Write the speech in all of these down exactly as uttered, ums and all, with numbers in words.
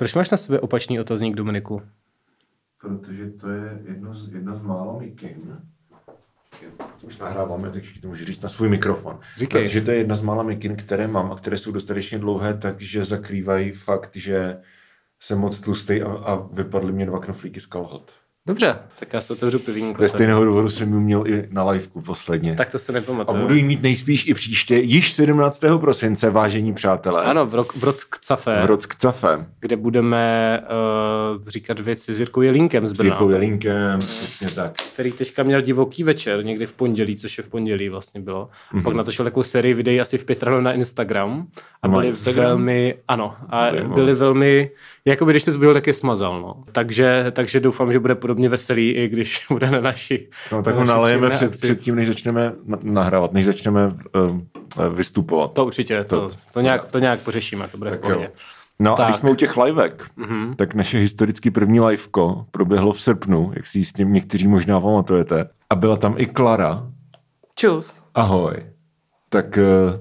Proč máš na sebe opačný otazník, Dominiku? Protože to je jedno z, jedna z mála mikin. Už nahráváme, takže to můžu říct na svůj mikrofon. Říkej. Protože to je jedna z mála mikin, které mám a které jsou dostatečně dlouhé, takže zakrývají fakt, že jsem moc tlustý a, a vypadly mě dva knoflíky z kalhot. Dobře, tak já se otevřu pivínko. Ve stejného důvodu jsem ji měl i na liveku posledně. Tak to se nepamatuju. A budu ji mít nejspíš i příště, již sedmnáctého prosince, vážení přátelé. Ano, v, rok, v Rockcafe. V Rockcafe. Kde budeme uh, říkat věci s Jirkou Jelínkem z Brna. S Jirkou Jelínkem, přesně tak. Který teďka měl divoký večer, někdy v pondělí, což je v pondělí vlastně bylo. Mm-hmm. Pak natočil takovou sérii videí asi v pět ráno na Instagram. A byli Instagram? velmi, ano, a Zajímavé. byli velmi, jakoby když se zbyl, tak je smazal, no. Takže, takže doufám, že bude podobně veselý, i když bude na naši... No tak ho nalejeme před, před tím, než začneme nahrávat, než začneme um, vystupovat. To určitě, to, to, to, nějak, to nějak pořešíme, to bude tak v pohodě. No tak. A když jsme u těch livek, mm-hmm. tak naše historicky první liveko proběhlo v srpnu, jak si jistě někteří možná pamatujete. A byla tam i Klara. Čus. Ahoj. Tak uh,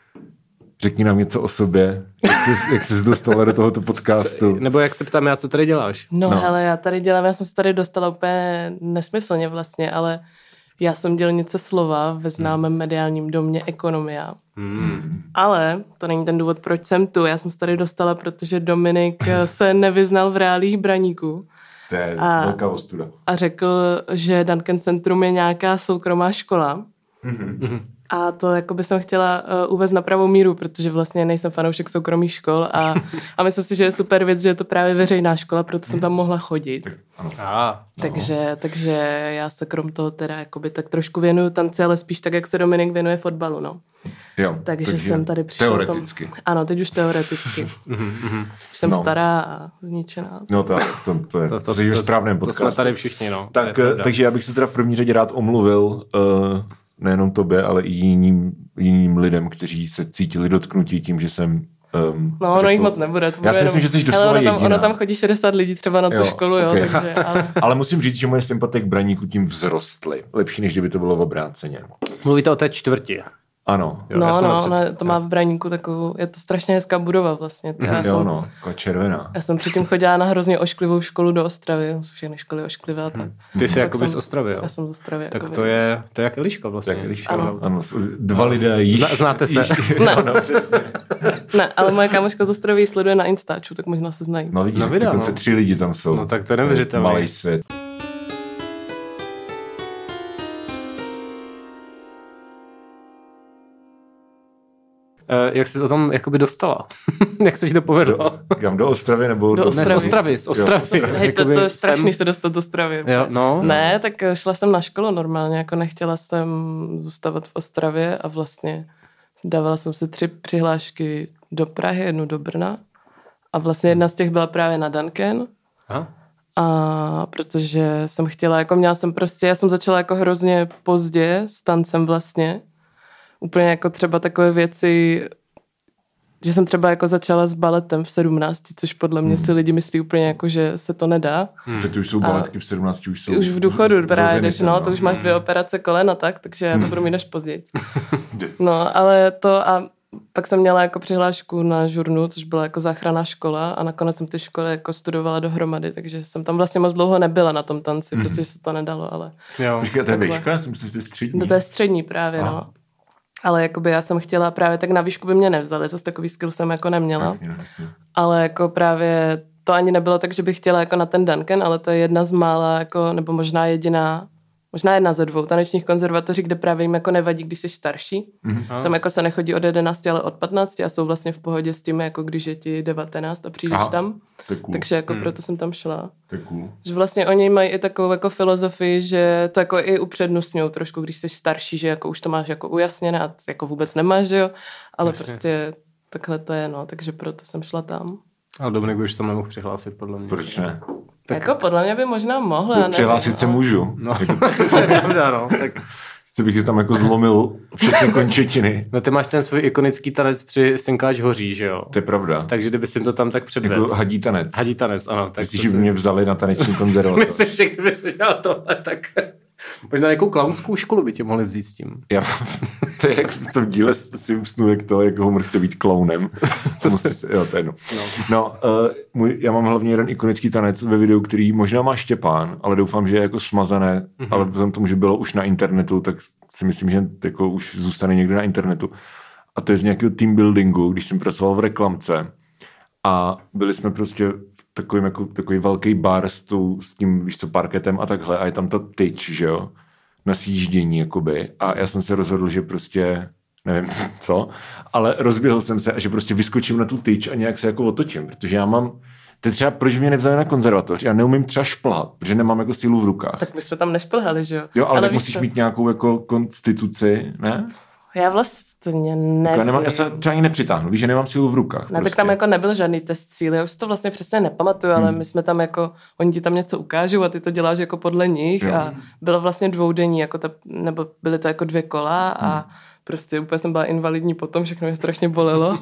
řekni nám něco o sobě, jak jsi, jak jsi dostala do tohoto podcastu. Nebo jak se ptám já, co tady děláš? No, no hele, já tady dělám, já jsem se tady dostala úplně nesmyslně vlastně, ale já jsem dělnice slova ve známém mediálním domě Ekonomia. Hmm. Ale to není ten důvod, proč jsem tu. Já jsem se tady dostala, protože Dominik se nevyznal v reálích braníků. To je a, velká ostuda. A řekl, že Duncan Centrum je nějaká soukromá škola. Mm-hmm. A to jako by jsem chtěla uh, uvést na pravou míru, protože vlastně nejsem fanoušek soukromých škol a, a myslím si, že je super věc, že je to právě veřejná škola, proto jsem tam mohla chodit. Ah, takže, takže já se krom toho teda jakoby tak trošku věnuju tanci, ale spíš tak, jak se Dominik věnuje fotbalu, no. Jo, takže, takže jsem tady přišel. Teoreticky. Tom, ano, teď už teoreticky. Už jsem no. stará a zničená. No tak, to, to je to, to, to, v správném podcastu. To jsme tady všichni, no. Tak, takže já bych se teda v první řadě rád omluvil uh, nejenom tobě, ale i jiným, jiným lidem, kteří se cítili dotknutí tím, že jsem Um, no, ono jich moc nebude. To já si myslím, že jsi doslova jediná. Ono tam, ono tam chodí šedesát lidí třeba na tu jo, školu, jo, okay. takže... Ale... ale musím říct, že moje sympatie k Braníku tím vzrostly. Lepší, než kdyby to bylo v obráceně. Mluvíte o té čtvrti. Ano. Jo, no, no, před... ono to má v Braníku takovou, je to strašně hezká budova vlastně. Já jo, jsem, no, jako červená. Já jsem předtím chodila na hrozně ošklivou školu do Ostravy, jsou všechny školy ošklivé. Tak. Hmm. Ty jsi jakoby z Ostravy, jo? Já jsem z Ostravy. Tak to je, to je jak Eliška vlastně. Jak Eliška, ano. ano. Dva lidé jíž. Zna, znáte se? Ne. No, přesně. Ne, ale moje kámoška z Ostravy sleduje na Instaču, tak možná se znají. No vidíš, no, dokonce no. tři lidi tam jsou. No tak to je neuvěřitelné. Malý svět. Jak jsi o tom jakoby dostala? Jak se ti to povedlo? Kam do Ostravy nebo do Ostravy? Ne, z Ostravy. Z Ostravy. Jo, hej, to, to je strašný jsem... se dostat do Ostravy. Jo, no. Ne, tak šla jsem na školu normálně, jako nechtěla jsem zůstávat v Ostravě a vlastně dávala jsem si tři přihlášky do Prahy, jednu do Brna a vlastně jedna z těch byla právě na Duncan. Aha. A protože jsem chtěla, jako měla jsem prostě, já jsem začala jako hrozně pozdě s tancem vlastně. Úplně jako třeba takové věci, že jsem třeba jako začala s baletem v sedmnácti, což podle mě hmm. si lidi myslí úplně jako, že se to nedá. Hmm. Teď už jsou baletky v sedmnácti, už jsou... Už v důchodu právě jdeš, no, to už máš dvě operace kolena, tak, takže já to budu mít až později. No, ale to a pak jsem měla jako přihlášku na žurnu, což byla jako záchranná škola a nakonec jsem ty školy jako studovala dohromady, takže jsem tam vlastně moc dlouho nebyla na tom tanci, mm. protože se to nedalo, ale... Jo. Počkej, to je výška? Já jsem myslel, že to je střední. No to je střední právě, a. no. Ale jakoby já jsem chtěla právě, tak na výšku by mě nevzali, zase takový skill jsem jako neměla. Jasně, jasně. Ale jako právě to ani nebylo tak, že bych chtěla jako na ten Duncan, ale to je jedna z mála, jako, nebo možná jediná, možná jedna ze dvou tanečních konzervatoří, kde právě jim jako nevadí, když jsi starší. Mm-hmm. Tam jako se nechodí od jedenácti, ale od patnácti a jsou vlastně v pohodě s tím, jako když je ti devatenáct a přijdeš Aha, tam. Cool. Takže jako hmm. proto jsem tam šla. To je cool. Že vlastně oni mají i takovou jako filozofii, že to jako i upřednostňují trošku, když jsi starší, že jako už to máš jako ujasněné a jako vůbec nemáš, že jo. Ale Jasně. prostě takhle to je, no. Takže proto jsem šla tam. Ale Dominik už tam nemohl přihlásit, podle mě. Proč ne? Tak... Jako podle mě by možná mohla. Přihlásit se můžu. No, to je pravda, no. Tak... Chci bych si tam jako zlomil všechny končetiny. No ty máš ten svůj ikonický tanec při Synkáč hoří, že jo? To je pravda. Takže kdyby si to tam tak předvedl. Jako hadí tanec. Hadí tanec, ano. Tak Myslíš, že by mě vzali na taneční konzervatoř? Myslím, že kdyby si dělal tohle, tak... Možná nějakou klaunskou školu by tě mohli vzít s tím. Já To je jak v tom díle Simpsonu, jak to, jak Homer chce být klaunem. To musí, jo, to je jedno. No, no uh, můj, já mám hlavně jeden ikonický tanec ve videu, který možná má Štěpán, ale doufám, že je jako smazané, mm-hmm. ale vzhledem tomu, že bylo už na internetu, tak si myslím, že jako už zůstane někde na internetu. A to je z nějakého team buildingu, když jsem pracoval v reklamce a byli jsme prostě v takovým jako takový velký bar s, tou, s tím, víš co, parketem a takhle a je tam ta tyč, že jo, na sjíždění, jakoby. A já jsem se rozhodl, že prostě, nevím co, ale rozběhl jsem se a že prostě vyskočím na tu tyč a nějak se jako otočím, protože já mám, to je třeba, proč mě nevzali na konzervatoř, já neumím třeba šplhat, protože nemám jako sílu v rukách. Tak my jsme tam nešplhali, že jo? Jo, ale, ale musíš to... mít nějakou jako konstituci, ne? Já vlastně nevím. Nemám, já se třeba ani nepřitáhnu, víš, že nemám sílu v rukách. No, prostě. Tak tam jako nebyl žádný test síly, já už to vlastně přesně nepamatuju, hmm. ale my jsme tam jako, oni ti tam něco ukážou a ty to děláš jako podle nich jo. A bylo vlastně dvoudenní, jako ta, nebo byly to jako dvě kola a hmm. prostě úplně jsem byla invalidní potom, všechno mě strašně bolelo.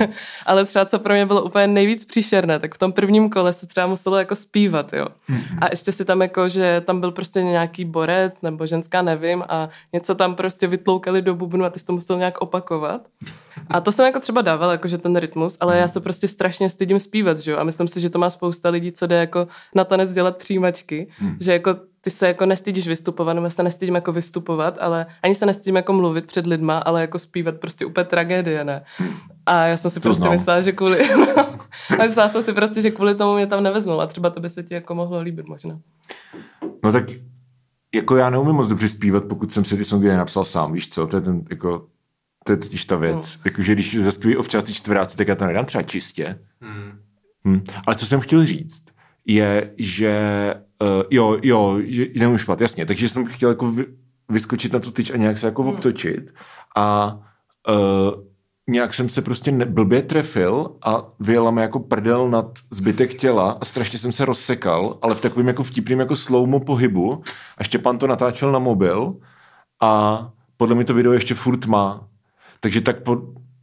Ale třeba co pro mě bylo úplně nejvíc příšerné, tak v tom prvním kole se třeba muselo jako zpívat, jo. A ještě si tam jako, že tam byl prostě nějaký borec nebo ženská, nevím, a něco tam prostě vytloukali do bubnu a ty jsi to musel nějak opakovat. A to jsem jako třeba dával, jakože ten rytmus, ale já se prostě strašně stydím zpívat, že jo. A myslím si, že to má spousta lidí, co jde jako na tanec dělat přijímačky, hmm. že jako ty se jako nestydíš vystupovat, nebo se nestydím jako vystupovat, ale ani se nestydím jako mluvit před lidma, ale jako zpívat prostě úplně tragédie, ne? A já jsem si to prostě znám. myslela, že kvůli... a myslela jsem si prostě, že kvůli tomu mě tam nevezmou a třeba to by se ti jako mohlo líbit možná. No tak jako já neumím moc dobře zpívat, pokud jsem si ty songy nenapsal sám, víš co? To je ten jako... To je totiž ta věc. Hmm. Jakože když zaspívají ovčáci čtveráci, tak já to nedám třeba čistě. Hmm. Hmm. Ale co jsem chtěl říct, je, že uh, jo, jo, že neumím špat, jasně. Takže jsem chtěl jako vy, vyskočit na tu tyč a nějak se jako hmm. obtočit. A uh, nějak jsem se prostě ne, blbě trefil a vyjela mi jako prdel nad zbytek těla a strašně jsem se rozsekal, ale v takovým jako vtipným jako slow-mo pohybu. A Štěpán to natáčel na mobil a podle mě to video ještě furt má. Takže tak po,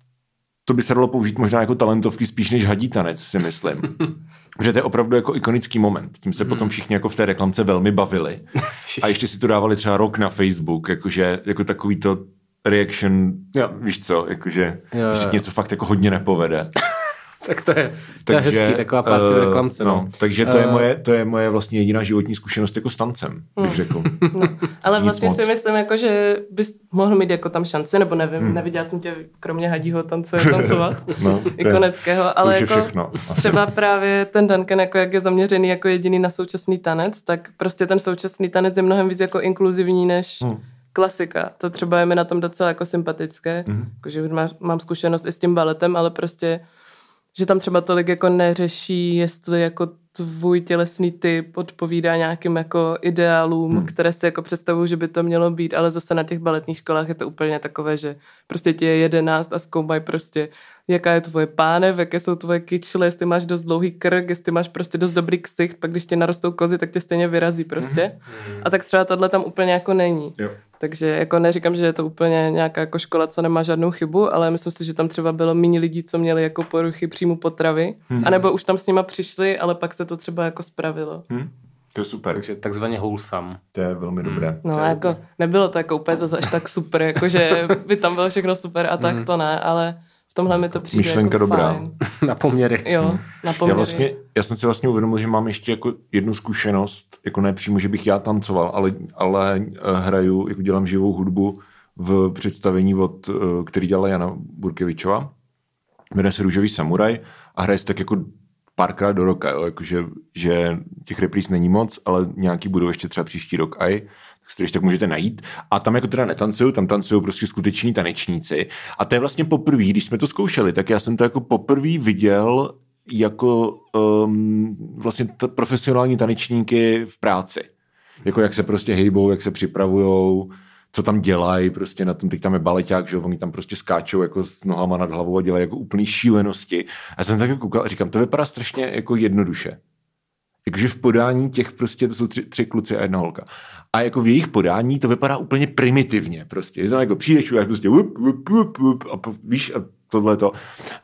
to by se dalo použít možná jako talentovky spíš než hadí tanec, si myslím. Protože to je opravdu jako ikonický moment. Tím se hmm. potom všichni jako v té reklamce velmi bavili. A ještě si to dávali třeba rok na Facebook, jakože jako takový to reaction, jo. víš co, jakože jo, si něco fakt jako hodně nepovede. Tak to je, to je hezký, taková party v reklamce. No, no. Takže to, uh, je moje, to je moje vlastně jediná životní zkušenost jako s tancem, bych mm. řekl. No, ale Nic vlastně moc. si myslím, jako, že bys mohl mít jako tam šanci, nebo nevím, mm. neviděla jsem tě kromě hadího tance tancovat, no, ikoneckého, ale jako všechno, třeba právě ten Duncan, jako jak je zaměřený jako jediný na současný tanec, tak prostě ten současný tanec je mnohem víc jako inkluzivní než mm. klasika. To třeba je mi na tom docela jako sympatické, mm. jakože mám zkušenost i s tím baletem, ale prostě že tam třeba tolik jako neřeší, jestli jako tvůj tělesný typ odpovídá nějakým jako ideálům, hmm. které si jako představují, že by to mělo být, ale zase na těch baletních školách je to úplně takové, že prostě ti je jedenáct a zkoumají prostě, jaká je tvoje pánev, jaké jsou tvoje kyčle, jestli máš dost dlouhý krk, jestli máš prostě dost dobrý ksicht, pak když tě narostou kozy, tak tě stejně vyrazí prostě. Hmm. A tak třeba tohle tam úplně jako není. Jo. Takže jako neříkám, že je to úplně nějaká jako škola, co nemá žádnou chybu, ale myslím si, že tam třeba bylo méně lidí, co měli jako poruchy příjmu potravy, hmm. anebo už tam s nima přišli, ale pak se to třeba jako spravilo. Hmm. To je super. Takže takzvaně wholesome. To je velmi dobré. Hmm. No jako dobré. Nebylo to jako úplně zase až tak super, jakože by tam bylo všechno super a tak hmm. to ne, ale v tomhle mi to přijde myšlenka jako dobrá. Fajn. Na poměry. Jo, hmm. na poměry. Já, vlastně, já jsem si vlastně uvědomil, že mám ještě jako jednu zkušenost, jako ne přímo, že bych já tancoval, ale, ale hraju, jako dělám živou hudbu v představení, od, který dělala Jana Burkevičová. Jmenuje se Růžový samuraj a hraje se tak jako párkrát do roka, jo? Jako, že, že těch repríz není moc, ale nějaký budou ještě třeba příští rok aj, tak tak můžete najít. A tam jako teda netancují, tam tancují prostě skuteční tanečníci. A to je vlastně poprvé, když jsme to zkoušeli, tak já jsem to jako poprvé viděl jako um, vlastně t- profesionální tanečníky v práci. Jako jak se prostě hejbou, jak se připravujou, co tam dělají prostě na tom, teď tam je baleťák, že oni tam prostě skáčou jako s nohama nad hlavou a dělají jako úplný šílenosti. A já jsem tak koukal a říkám, to vypadá strašně jako jednoduše. Jakože v podání těch prostě, to jsou tři, tři kluci a jedna holka. A jako v jejich podání to vypadá úplně primitivně prostě. Znamená, jako přijdeš, jak prostě up, up, up, up, a víš, a tohleto.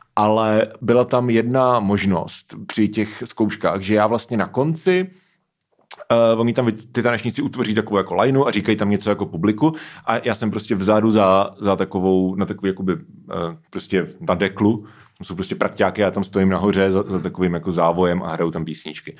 Ale byla tam jedna možnost při těch zkouškách, že já vlastně na konci Uh, oni tam, ty tanečníci utvoří takovou jako lineu a říkají tam něco jako publiku a já jsem prostě vzadu za, za takovou, na takový jakoby, uh, prostě na deklu, tam jsou prostě prakťáky, já tam stojím nahoře za, za takovým jako závojem a hraju tam písničky.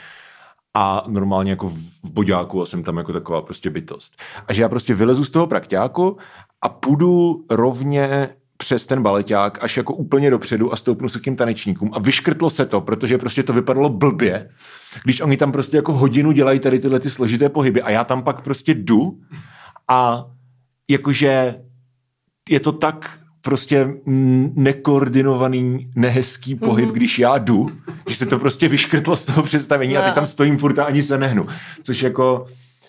A normálně jako v, v boďáku a jsem tam jako taková prostě bytost. A že já prostě vylezu z toho prakťáku a půjdu rovně přes ten baleťák až jako úplně dopředu a stoupnu se k těm tanečníkům a vyškrtlo se to, protože prostě to vypadalo blbě, když oni tam prostě jako hodinu dělají tady tyhle ty složité pohyby a já tam pak prostě jdu a jakože je to tak prostě nekoordinovaný, nehezký pohyb, mm-hmm. když já jdu, že se to prostě vyškrtlo z toho představení no. a teď tam stojím furt a ani se nehnu, což jako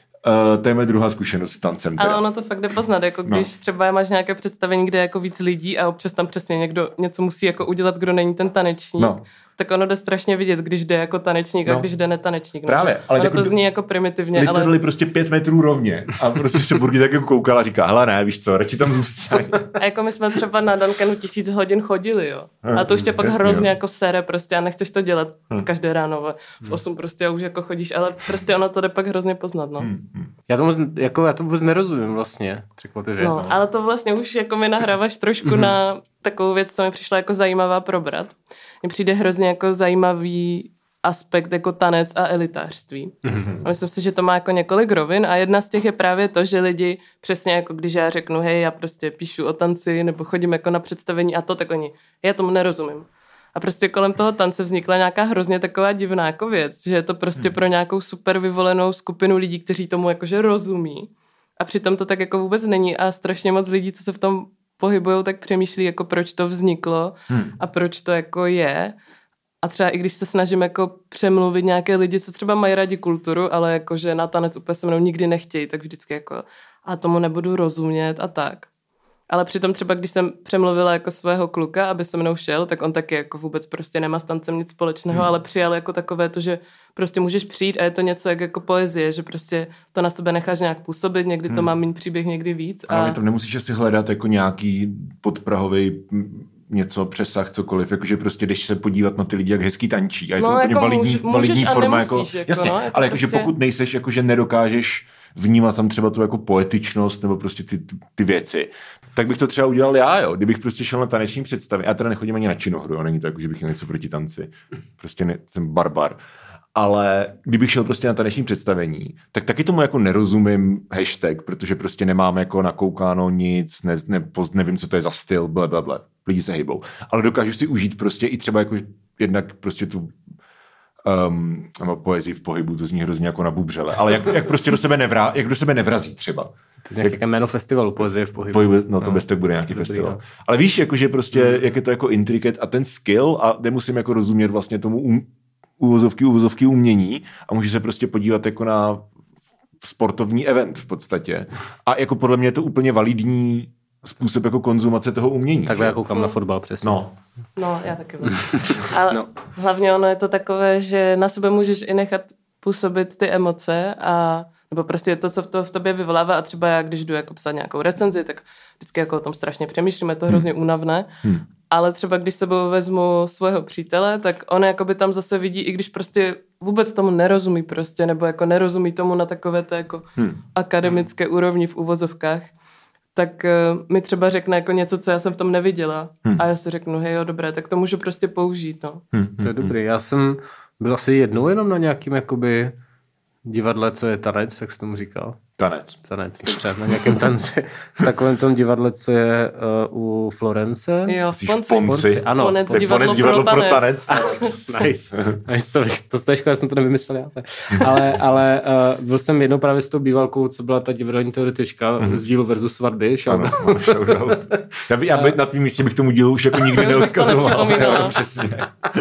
Uh, to je moje druhá zkušenost s tancem. Teda. Ale ono to fakt jde poznat, jako když no. třeba máš nějaké představení, kde je jako víc lidí a občas tam přesně někdo něco musí jako udělat, kdo není ten tanečník, no. tak ono jde strašně vidět, když jde jako tanečník no. a když jde netanečník. Právě. No, ale ono jako to zní jako primitivně. Literally ale... prostě pět metrů rovně a prostě se Burky tak jako koukala a říká, hele ne, víš co, radši tam zůstaň. A jako my jsme třeba na Duncanu tisíc hodin chodili, jo. A to už tě pak Jasně, hrozně jo. jako sere prostě a nechceš to dělat hmm. každé ráno v osm prostě a už jako chodíš, ale prostě ono to jde pak hrozně poznat, no. Hmm. Já tomu jako já to vůbec nerozumím vlastně, překvapivě. No, no, ale to vlastně už jako mi nahráváš trošku mm-hmm. na takovou věc, co mi přišla jako zajímavá probrat. Mně přijde hrozně jako zajímavý aspekt jako tanec a elitářství. Mm-hmm. A myslím si, že to má jako několik rovin a jedna z těch je právě to, že lidi přesně jako když já řeknu, hej, já prostě píšu o tanci nebo chodím jako na představení a to, tak oni, já tomu nerozumím. A prostě kolem toho tance vznikla nějaká hrozně taková divná jako věc, že je to prostě pro nějakou super vyvolenou skupinu lidí, kteří tomu jakože rozumí. A přitom to tak jako vůbec není a strašně moc lidí, co se v tom pohybujou, tak přemýšlí, jako proč to vzniklo hmm. a proč to jako je. A třeba i když se snažím jako přemluvit nějaké lidi, co třeba mají rádi kulturu, ale jakože na tanec úplně se mnou nikdy nechtějí, tak vždycky jako a tomu nebudu rozumět a tak. Ale přitom třeba, když jsem přemluvila jako svého kluka, aby se mnou šel, tak on taky jako vůbec prostě nemá s tancem nic společného, hmm. ale přijal jako takové to, že prostě můžeš přijít a je to něco jak jako poezie, že prostě to na sebe necháš nějak působit, někdy hmm. to má méně příběh, někdy víc. A... Ale tam nemusíš asi hledat jako nějaký podprahový něco, přesah, cokoliv, jakože prostě jdeš se podívat na ty lidi, jak hezký tančí. A je no, to úplně jako validní, můž, validní forma. Nemusíš, jako, jako, jasně, no, jako ale jakože prostě... pokud nejseš, jakože nedokážeš vnímat tam třeba tu jako poetičnost nebo prostě ty, ty věci, tak bych to třeba udělal já, jo. Kdybych prostě šel na taneční představení. Já teda nechodím ani na činohru, jo. Není to jako, že bych měl něco proti tanci. Prostě ne, jsem barbar. Ale kdybych šel prostě na taneční představení, tak taky tomu jako nerozumím hashtag, protože prostě nemám jako nakoukáno nic, ne, ne, nevím, co to je za styl, blablabla. Lidi se hejbou. Ale dokážu si užít prostě i třeba jako jednak prostě tu um, poezii v pohybu, to zní hrozně jako na bubřele. Ale jak, jak prostě do sebe, nevrá, jak do sebe nevrazí třeba. To je nějaké jméno festivalu, poezie v pohybu. pohybu no to no, bez tak bude nějaký festival. Dobrý, no. Ale víš, jakože prostě, hmm. jak je to jako intrikat a ten skill a nemusím jako rozumět vlastně tomu um, uvozovky, uvozovky umění a můžu se prostě podívat jako na sportovní event v podstatě. A jako podle mě je to úplně validní způsob jako konzumace toho umění. Takhle já koukám na fotbal přesně. No. No, já taky vlastně. Ale no. hlavně ono je to takové, že na sebe můžeš i nechat působit ty emoce a nebo prostě to, co v, to, v tobě vyvolává a třeba já, když jdu jako psát nějakou recenzi, tak vždycky jako o tom strašně přemýšlím, je to hrozně hmm. únavné, hmm. ale třeba když sebou vezmu svého přítele, tak on jakoby tam zase vidí, i když prostě vůbec tomu nerozumí prostě, nebo jako nerozumí tomu na takové té jako hmm. akademické úrovni v uvozovkách, tak uh, mi třeba řekne jako něco, co já jsem v tom neviděla hmm. a já si řeknu, hej jo, dobré, tak to můžu prostě použít, no. Hmm. To je dobrý, já jsem byl asi jednou jenom na nějakým jakoby divadle, co je tanec, jak jsi tomu říkal? Tanec. Tanec, dobře, na nějakém tanci. V takovém tom divadle, co je uh, u Florence. Jo, v Ponci. Ponci. Ano, Ponec, Ponci. divadlo, Ponec, divadlo pro tanec. Pro tanec. Nice. nice. To, to, to je škoda, jsem to nevymyslel já. Ale, ale uh, byl jsem jednou právě s tou bývalkou, co byla ta divadelní teoretička mm-hmm. z dílu versus svatby. Ano, shoutout. Já, by, já by na tvým místě bych tomu dílu už jako nikdy neodkazoval. Jo, přesně.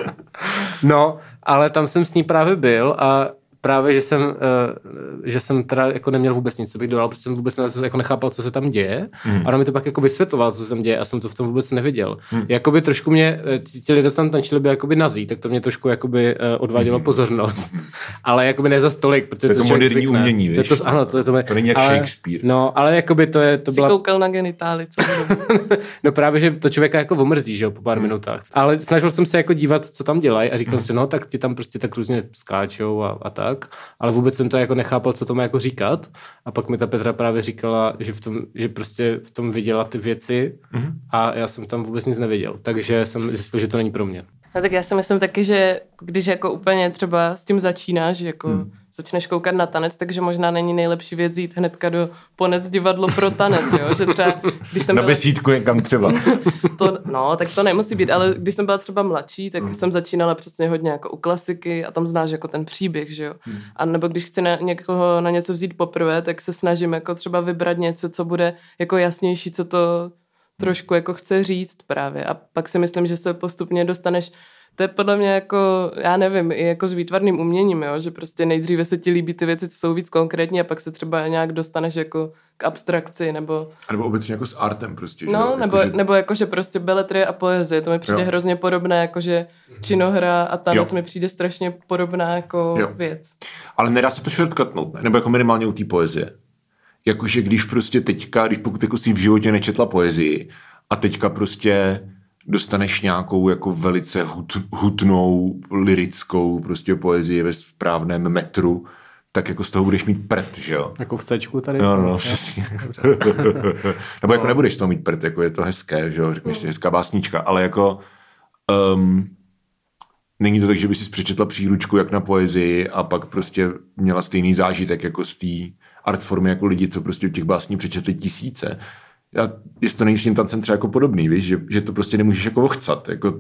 No, ale tam jsem s ní právě byl a právě, že jsem, uh, že jsem teda jako neměl vůbec nic, co bych dodal, protože jsem vůbec ne, jako nechápal, co se tam děje. Mm. A ona mi to pak jako vysvětlovala, co se tam děje a jsem to v tom vůbec neviděl. Mm. Jakoby trošku mě, ti lidé tam tančili by jakoby nazí, tak to mě trošku jakoby uh, odvádělo mm. pozornost. Ale jakoby ne za stolik, protože to je to moderní zvykne. Umění, víš? To, to, ano, to, je to, to není jak ale, Shakespeare. No, ale jakoby to je, to Jsi byla... koukal na genitály, co No právě, že to člověka jako omrzí, že jo, po pár mm. minutách. Ale snažil jsem se jako dívat, co tam dělají a říkal mm. si, no, tak ti tam prostě tak různě skáčou a, a tak. tak, ale vůbec jsem to jako nechápal, co to má jako říkat a pak mi ta Petra právě říkala, že, v tom, že prostě v tom viděla ty věci mm-hmm. a já jsem tam vůbec nic neviděl, takže jsem zjistil, že to není pro mě. No tak já si myslím taky, že když jako úplně třeba s tím začínáš, jako hmm. začneš koukat na tanec, takže možná není nejlepší věc jít hnedka do Ponec divadlo pro tanec, jo? Že třeba, když jsem na byla... besídku někam třeba. to, no, tak to nemusí být, ale když jsem byla třeba mladší, tak hmm. jsem začínala přesně hodně jako u klasiky a tam znáš jako ten příběh, že jo. Hmm. A nebo když chci na někoho na něco vzít poprvé, tak se snažím jako třeba vybrat něco, co bude jako jasnější, co to trošku jako chce říct právě a pak si myslím, že se postupně dostaneš, to je podle mě jako, já nevím, i jako s výtvarným uměním, jo? Že prostě nejdříve se ti líbí ty věci, co jsou víc konkrétní a pak se třeba nějak dostaneš jako k abstrakci, nebo... A nebo obecně jako s artem prostě, No, že? nebo, jako, že... nebo jako, že prostě beletrie a poezie, to mi přijde jo. hrozně podobné, jako že činohra a tanec jo. mi přijde strašně podobná jako jo. věc. Ale nedá se to shortcutnout, ne? Nebo jako minimálně u té poezie. Jakože když prostě teďka, když pokud jako si v životě nečetla poezii a teďka prostě dostaneš nějakou jako velice hut, hutnou, lirickou prostě poezii ve správném metru, tak jako z toho budeš mít prd, že jo? Jako v cečku tady? No, no, přesně. Nebo jako nebudeš z toho mít prd, jako je to hezké, že jo? Řekneš si hezká básnička, ale jako um, není to tak, že by si přečetla příručku jak na poezii a pak prostě měla stejný zážitek jako z té artformy jako lidi, co prostě těch básní přečetli tisíce. Já, jestli to není s tím tancem třeba jako podobný, víš, že, že to prostě nemůžeš jako ochcat. Jako...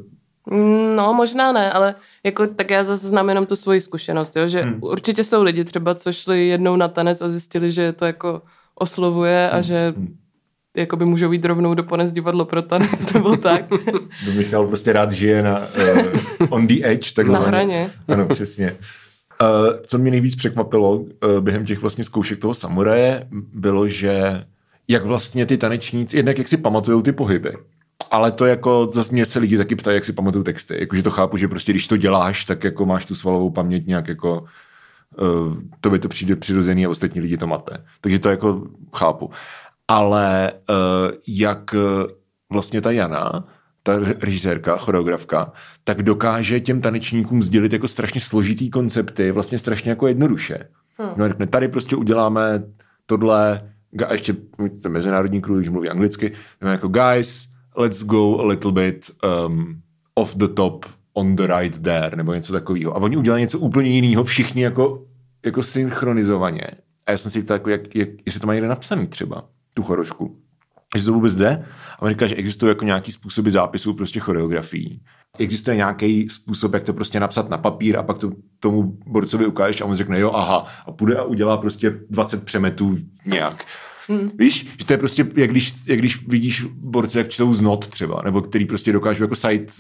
No, možná ne, ale jako, tak já zase znám jenom tu svoji zkušenost, jo, že hmm. určitě jsou lidi třeba, co šli jednou na tanec a zjistili, že to jako oslovuje a hmm. že hmm. jakoby můžou jít rovnou do Ponec divadlo pro tanec nebo tak. To Michal prostě rád žije na uh, on the edge. Na hraně. Ano, přesně. Uh, co mě nejvíc překvapilo uh, během těch vlastně zkoušek toho samuraje, bylo, že jak vlastně ty tanečníci, jednak jak si pamatujou ty pohyby, ale to jako zase mě se lidi taky ptají, jak si pamatují texty. Jakože to chápu, že prostě když to děláš, tak jako máš tu svalovou paměť nějak jako uh, to by to přijde přirozený a ostatní lidi to mate. Takže to jako chápu. Ale uh, jak vlastně ta Jana, ta režisérka, choreografka, tak dokáže těm tanečníkům sdělit jako strašně složitý koncepty, vlastně strašně jako jednoduše. Hmm. No, řekne, tady prostě uděláme tohle, a ještě ten mezinárodní kruh, když mluví anglicky, jako guys, let's go a little bit um, off the top, on the right there, nebo něco takového. A oni udělají něco úplně jiného, všichni jako, jako synchronizovaně. A já jsem si ptal, jako, jak, jak, jestli to mají někde napsaný třeba, tu chorošku. Jestli to vůbec jde. A on říká, že existují jako nějaký způsoby zápisů prostě choreografií. Existuje nějaký způsob, jak to prostě napsat na papír a pak to tomu borcovi ukážeš a on řekne jo, aha, a půjde a udělá prostě dvacet přemetů nějak. Hmm. Víš, že to je prostě, jak když, jak když vidíš borce, jak čtou z not třeba, nebo který prostě dokážou jako sight,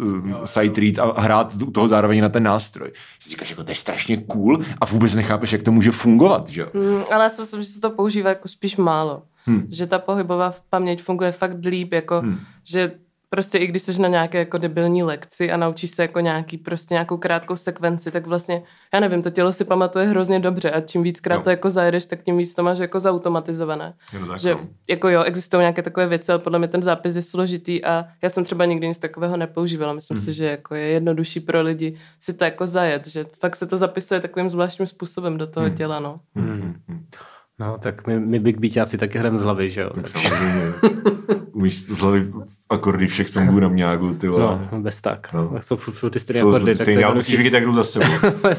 sight read a hrát toho zároveň na ten nástroj. Si říkáš, jako to je strašně cool a vůbec nechápeš, jak to může fungovat, že? Hmm, ale já si myslím, že se to používá jako spíš málo. Hmm. Že ta pohybová paměť funguje fakt líp, jako, hmm. že prostě i když jsi na nějaké jako debilní lekci a naučíš se jako nějaký, prostě nějakou krátkou sekvenci, tak vlastně, já nevím, to tělo si pamatuje hrozně dobře a čím víckrát jo. to jako zajedeš, tak tím víc to máš jako zautomatizované. Tak, že no. jako jo, existují nějaké takové věci, ale podle mě ten zápis je složitý a já jsem třeba nikdy nic takového nepoužívala. Myslím hmm. si, že jako je jednodušší pro lidi si to jako zajet, že fakt se to zapisuje takovým zvláštním způsobem do toho hmm. těla, no. Hmm. Hmm. No, tak my, my Big Beatáci taky hrajeme z hlavy, že jo? Samozřejmě. Umíš z hlavy akordy všech songů na mňágu, ty vole. No, bez tak. No. Tak jsou furt ty stejné akordy. Stejně, ale musíš vidět, jak jdou za sebou.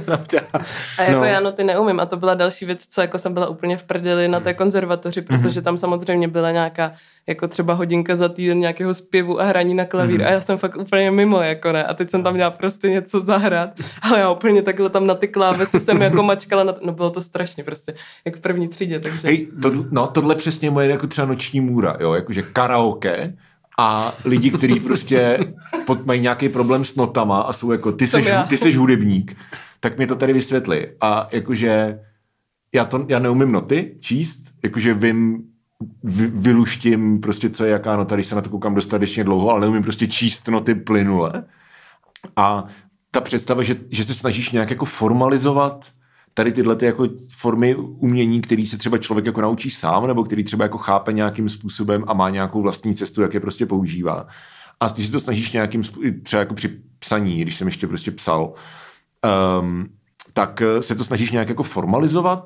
A jako no. já no ty neumím. A to byla další věc, co jako jsem byla úplně v prdeli na té konzervatoři, protože tam samozřejmě byla nějaká jako třeba hodinka za týden nějakého zpěvu a hraní na klavír mm-hmm. a já jsem fakt úplně mimo, jako ne. A teď jsem tam měla prostě něco zahrát, ale já úplně takhle tam na ty klávesy jsem jako mačkala, na t... no bylo to strašně prostě, jak v první třídě, takže... Hej, to, no tohle přesně moje jako třeba noční můra, jo, jakože karaoke a lidi, kteří prostě pod, mají nějaký problém s notama a jsou jako, ty seš, ty seš hudebník, tak mi to tady vysvětli. A jakože já, to, já neumím noty číst, jakože vím, vy, vyluštím prostě, co je jaká nota, když se na to koukám dostatečně dlouho, ale neumím prostě číst noty plynule. A ta představa, že, že se snažíš nějak jako formalizovat tady tyhle ty jako formy umění, který se třeba člověk jako naučí sám, nebo který třeba jako chápe nějakým způsobem a má nějakou vlastní cestu, jak je prostě používá. A ty si to snažíš nějakým způsobem, třeba jako při psaní, když jsem ještě prostě psal, um, tak se to snažíš nějak jako formalizovat.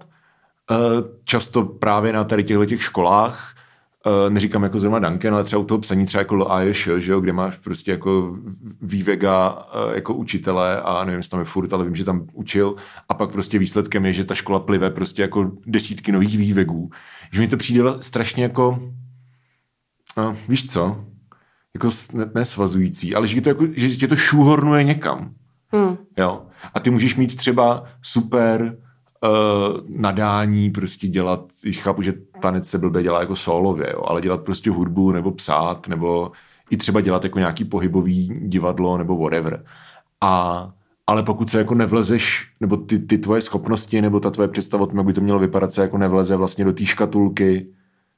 Často právě na tady těchto těch školách, neříkám jako zrovna Duncan, ale třeba u toho psaní třeba jako A J Š, že jo, kde máš prostě jako vývega jako učitele a nevím, jestli tam je furt, ale vím, že tam učil a pak prostě výsledkem je, že ta škola plive prostě jako desítky nových vývegů. Že mi to přijde strašně jako, no, víš co, jako nesvazující, ale že to, jako, že tě to šúhornuje někam. Hmm. Jo. A ty můžeš mít třeba super Uh, nadání prostě dělat, když chápu, že tanec se blbě dělá jako solově, jo, ale dělat prostě hudbu nebo psát, nebo i třeba dělat jako nějaký pohybový divadlo nebo whatever. A, ale pokud se jako nevlezeš, nebo ty, ty tvoje schopnosti, nebo ta tvoje představa o tom, jak by to mělo vypadat, se jako nevleze vlastně do té škatulky,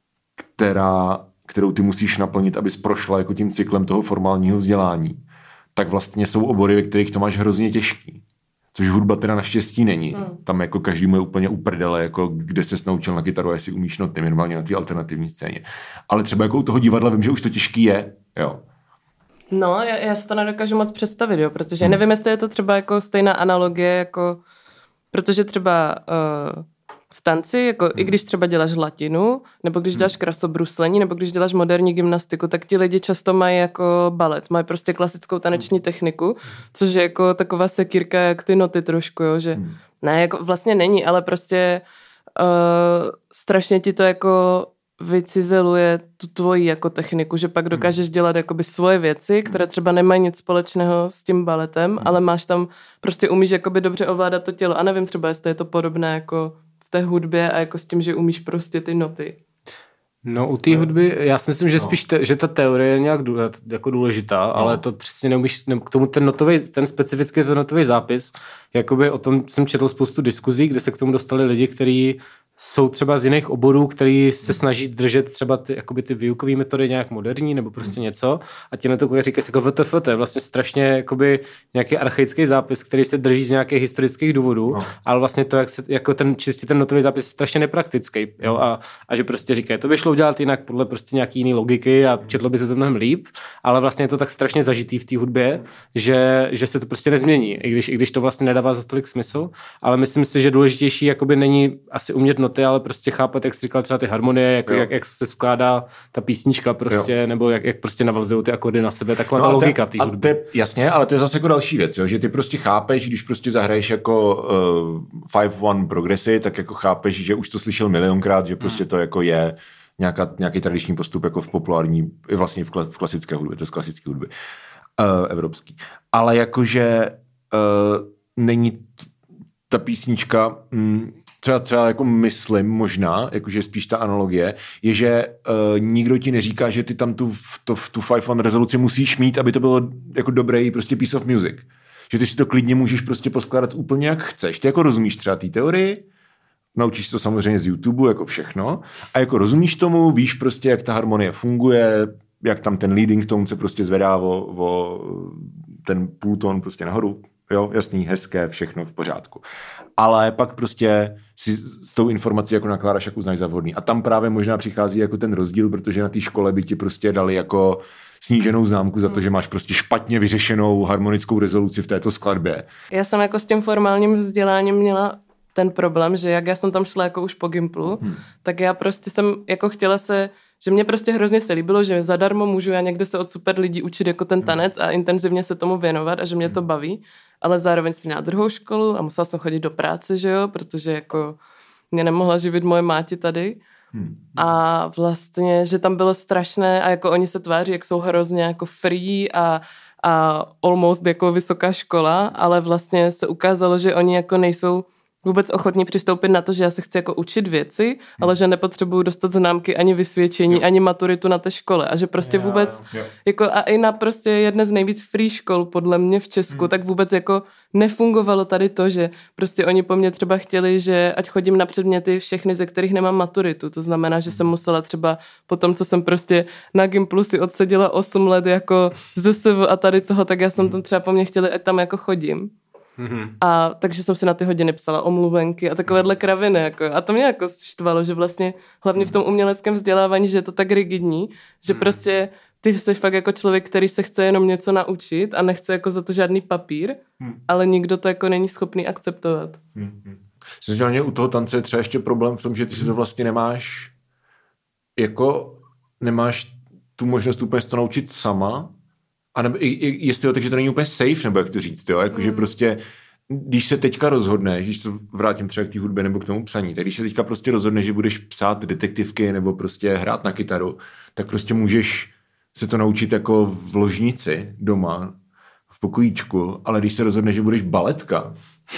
která, kterou ty musíš naplnit, abys prošla jako tím cyklem toho formálního vzdělání, tak vlastně jsou obory, ve kterých to máš hrozně těžký. Což hudba teda naštěstí není. Hmm. Tam jako každý mu je úplně uprdele, jako kde ses naučil na kytaru, jestli umíš noty, minimálně na té alternativní scéně. Ale třeba jako u toho divadla vím, že už to těžký je. Jo. No, já, já si to nedokážu moc představit, jo, protože hmm. nevím, jestli je to třeba jako stejná analogie, jako, protože třeba uh, v tanci, jako hmm. i když třeba děláš latinu, nebo když děláš krasobruslení, nebo když děláš moderní gymnastiku, tak ti lidi často mají jako balet, mají prostě klasickou taneční techniku, což je jako taková sekírka, jak ty noty trošku, jo, že hmm. ne, jako vlastně není, ale prostě uh, strašně ti to jako vycizeluje tu tvoji jako techniku, že pak dokážeš dělat jakoby svoje věci, které třeba nemají nic společného s tím baletem, hmm. ale máš tam, prostě umíš jakoby dobře ovládat to tělo a nevím třeba, jestli je to podobné jako té hudbě a jako s tím, že umíš prostě ty noty. No u té hudby, já si myslím, že no. spíš, te, že ta teorie je nějak důle, jako důležitá, no. ale to přesně neumíš, ne, k tomu ten notový, ten specifický ten notový zápis, jakoby o tom jsem četl spoustu diskuzí, kde se k tomu dostali lidi, kteří jsou třeba z jiných oborů, který se snaží držet třeba ty, jakoby ty výukové metody nějak moderní nebo prostě něco a ti na to říkají jako V T F, to je vlastně strašně jakoby nějaký archaický zápis, který se drží z nějakých historických důvodů, no. ale vlastně to, jak se, jako ten čistě ten notový zápis je strašně nepraktický, jo, a, a že prostě říkají, to by šlo udělat jinak podle prostě nějaký jiný logiky a četlo by se to mnohem líp, ale vlastně je to tak strašně zažitý v té hudbě, že, že se to prostě nezmění, i když, i když to vlastně nedává za tolik smysl, ale myslím si, že důležitější jakoby není asi umět noty, ale prostě chápat, jak jsi říkal třeba ty harmonie, jako jak, jak se skládá ta písnička prostě, jo. nebo jak, jak prostě navazují ty akordy na sebe, taková no ta logika té hudby. Je, jasně, ale to je zase jako další věc, jo, že ty prostě chápeš, když prostě zahraješ jako uh, five one progresy, tak jako chápeš, že už to slyšel milionkrát, že prostě hmm. to jako je nějaká, nějaký tradiční postup jako v populární, vlastně v, kla, v klasické hudbě, to je z klasické hudby, uh, evropský. Ale jakože uh, není t- ta písnička... Mm, Třeba, třeba jako myslím možná, jakože spíš ta analogie, je, že uh, nikdo ti neříká, že ty tam tu, to, tu five one rezoluci musíš mít, aby to bylo jako dobrý prostě piece of music. Že ty si to klidně můžeš prostě poskládat úplně jak chceš. Ty jako rozumíš třeba té teorii, naučíš se to samozřejmě z YouTube, jako všechno, a jako rozumíš tomu, víš prostě, jak ta harmonie funguje, jak tam ten leading tone se prostě zvedá o, o ten půltón prostě nahoru. Jo, jasný, hezké, všechno v pořádku. Ale pak prostě si s tou informací jako nakládáš, jak uznáš za vhodný. A tam právě možná přichází jako ten rozdíl, protože na té škole by ti prostě dali jako sníženou známku za to, že máš prostě špatně vyřešenou harmonickou rezoluci v této skladbě. Já jsem jako s tím formálním vzděláním měla ten problém, že jak já jsem tam šla jako už po Gimplu, hmm. tak já prostě jsem jako chtěla se, že mě prostě hrozně se líbilo, že zadarmo můžu já někde se od super lidí učit jako ten tanec a intenzivně se tomu věnovat a že mě to baví, ale zároveň jsem měla druhou školu a musela jsem chodit do práce, že jo, protože jako mě nemohla živit moje máti tady. Hmm. A vlastně, že tam bylo strašné a jako oni se tváří, jak jsou hrozně jako free a, a almost jako vysoká škola, ale vlastně se ukázalo, že oni jako nejsou vůbec ochotní přistoupit na to, že já se chci jako učit věci, hmm. ale že nepotřebuju dostat známky ani vysvědčení, jo. ani maturitu na té škole a že prostě jo, vůbec jo. jako a i na prostě jedné z nejvíc free škol podle mě v Česku, hmm. tak vůbec jako nefungovalo tady to, že prostě oni po mně třeba chtěli, že ať chodím na předměty všechny, ze kterých nemám maturitu, to znamená, že jsem musela třeba po tom, co jsem prostě na Gimplu si odseděla osm let jako Z S V a tady toho, tak já jsem tam třeba po mně chtěli, ať tam jako chodím. Mm-hmm. A takže jsem si na ty hodiny psala omluvenky a takovéhle kraviny. Jako, a to mě jako štvalo, že vlastně hlavně v tom uměleckém vzdělávání, že je to tak rigidní, že mm. prostě ty jsi fakt jako člověk, který se chce jenom něco naučit a nechce jako za to žádný papír, hmm. ale nikdo to jako není schopný akceptovat. Hmm. Samozřejmě u toho tance je třeba ještě problém v tom, že ty si to vlastně nemáš jako nemáš tu možnost úplně to naučit sama, a nebo, jestli jo, takže to není úplně safe, nebo jak to říct, jo, jakože mm. prostě, když se teďka rozhodneš, když to vrátím třeba k té hudbě nebo k tomu psaní, tak když se teďka prostě rozhodneš, že budeš psát detektivky nebo prostě hrát na kytaru, tak prostě můžeš se to naučit jako v ložnici doma, v pokojíčku, ale když se rozhodneš, že budeš baletka,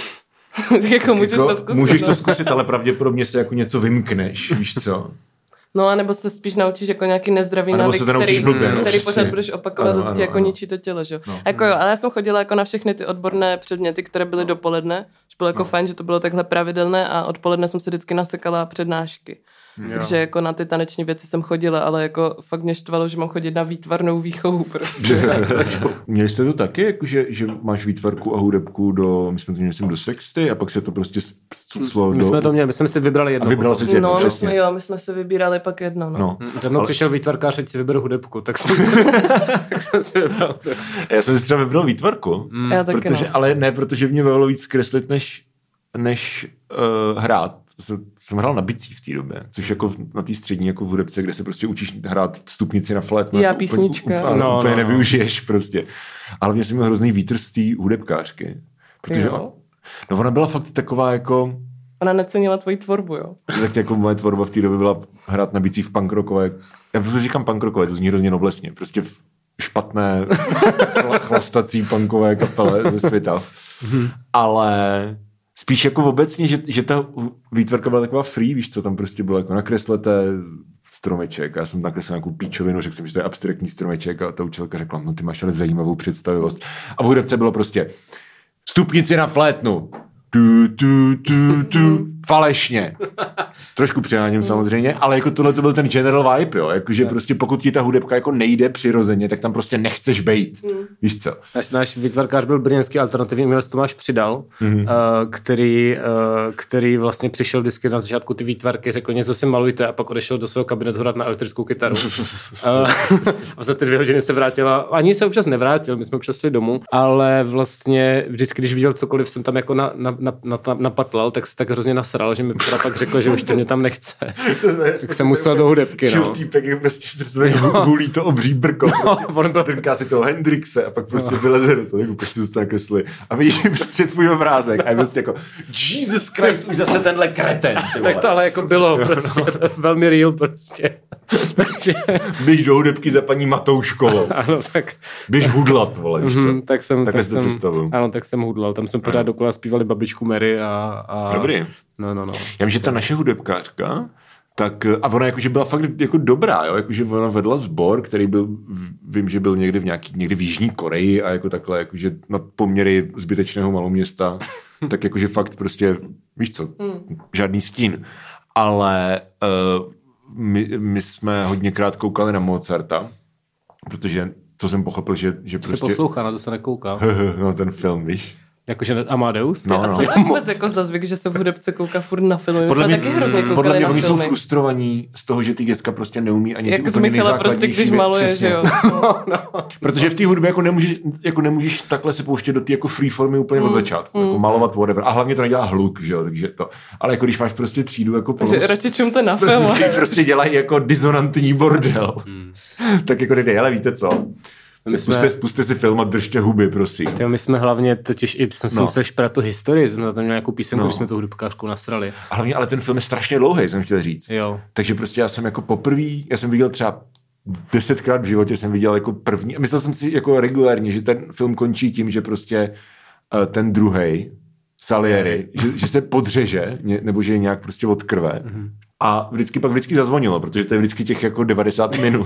jako můžeš jako, to zkusit. Můžeš to zkusit, ale pravděpodobně se jako něco vymkneš, víš co? No a nebo se spíš naučíš jako nějaký nezdravý návyk, který, blbě, no, který pořád budeš opakovat, ano, a to ti jako ano. ničí to tělo, že? No. Jako jo, ale já jsem chodila jako na všechny ty odborné předměty, které byly no. dopoledne, že bylo jako no. fajn, že to bylo takhle pravidelné a odpoledne jsem se vždycky nasekala přednášky. Jo. Takže jako na ty taneční věci jsem chodila, ale jako fakt mě štvalo, že mám chodit na výtvarnou výchovu prostě. Měli jste to taky, jako že, že máš výtvarku a hudebku do, my jsme to měli do sexty a pak se to prostě scuclo do... My jsme to měli, my jsme si vybrali jedno. A vybrala jsi si jedno, no, my jsme, jo, my jsme si vybírali pak jedno, no. no. Za mnou ale... přišel výtvarkář, ať si vyberu hudebku, tak jsem si, tak jsem si vybral. Já jsem si třeba vybral výtvarku, mm. Já taky, protože, no. ale ne, protože mě bavilo víc kreslit, než, než uh, hrát. Jsem hrál na bicí v té době, což jako na té střední jako v hudebce, kde se prostě učíš hrát stupnici na flétnu. Já jako písnička. Úplně, no, úplně no, nevyužiješ prostě. Ale hlavně jsem měl hrozný vítr z té hudebkářky. Protože jo. No ona byla fakt taková jako... Ona necenila tvoji tvorbu, jo? Tak jako moje tvorba v té době byla hrát na bicí v punk rockové. Já prostě říkám punk rockové, to zní hrozně noblesně. Prostě v špatné chlastací punkové kapele ze světa. Ale... Spíš jako obecně, že, že ta výtvarka byla taková free, víš co, tam prostě bylo jako nakreslete stromeček. Já jsem nakreslil nějakou píčovinu, řekl jsem, že to je abstraktní stromeček a ta učitelka řekla, no ty máš ale zajímavou představivost. A v hudebce bylo prostě stupnici na flétnu. Tu, tu, tu, tu, falešně. Trošku přeháním samozřejmě, ale jako tohle to byl ten general vibe, jo, jakože prostě pokud ti ta hudebka jako nejde přirozeně, tak tam prostě nechceš bejt, mm. víš co. Náš, náš výtvarkář byl brněnský alternativní umělec Tomáš Přidal, mm-hmm. uh, který, uh, který vlastně přišel vždycky na začátku ty výtvarky, řekl něco si malujte a pak odešel do svého kabinetu hrát na elektrickou kytaru. uh, a za ty dvě hodiny se vrátila, ani se občas nevrátil, my jsme občas šli domů, ale vlastně vždycky, když viděl cokoliv, jsem tam jako na, na, na, na, napatlal, tak se tak hrozně nasral, že mi teda pak řekl, že už to mě tam nechce. Tak jsem musel do hudebky, no. Čil týpek, jak prostě hulí to obří brko. Prostě on byl... Trnká si toho Hendrixe a pak prostě no. vyleze do toho, jako prostě to zůstane kresli. A vidíš prostě tvůj obrázek a je prostě jako Jesus Christ, už zase tenhle kreten. Tak to ale jako bylo prostě, no. To je velmi real prostě. Takže... Běž do hudebky za paní Matouškovou. Ano, tak... Běž hudlat, vole, víš co? Mm, tak jsem, Takhle tak si to představuju. Ano, tak jsem hudlal. Tam jsme pořád dokola zpívali Babičku Mary a... a... Dobrý. No, no, no. Já vím, že ta naše hudebkářka, tak, a ona jakože byla fakt jako dobrá, jo, jakože ona vedla sbor, který byl, vím, že byl někdy v nějaký, někdy v Jižní Koreji a jako takhle, jakože na poměry zbytečného maloměsta, tak jakože fakt prostě, víš co, žádný stín. Ale uh, my, my jsme hodněkrát koukali na Mozarta, protože to jsem pochopil, že, že prostě... Se poslouchá, na to se nekouká. No ten film, víš. Jakože Amadeus? No, a co no. je vůbec jako za zvyk, že se v hudebce kouká furt na filmy? My jsme mě, taky hrozně koukali podle mě na oni filmy. jsou frustrovaní z toho, že ty děcka prostě neumí ani jak ty úplně Michala prostě, když maluje, přesně. Že jo? No, no. Protože v té hudbě jako nemůžeš, jako nemůžeš takhle se pouštět do té jako free formy úplně mm. od začátku. Mm. Jako malovat whatever. A hlavně to nedělá hluk, že jo? Takže to. Ale jako když máš prostě třídu jako plnost, takže radši čumte na film. Prostě dělají jako disonantní bordel. Mm. Tak jako nejde, ale víte co? My jsme... Puste, puste si film a držte huby, prosím. Jo, my jsme hlavně totiž i jsem no. musel šprat tu historii, jsme na tom měli nějakou písemku, no. když jsme tu hudebkářku nasrali. A hlavně, ale ten film je strašně dlouhý, jsem chtěl říct. Jo. Takže prostě já jsem jako poprvý, já jsem viděl třeba desetkrát v životě jsem viděl jako první, a myslel jsem si jako regulárně, že ten film končí tím, že prostě uh, ten druhej, Salieri, že, že se podřeže, nebo že je nějak prostě od krve. Mm-hmm. A vždycky pak vždycky zazvonilo, protože to je vždycky těch jako devadesát minut.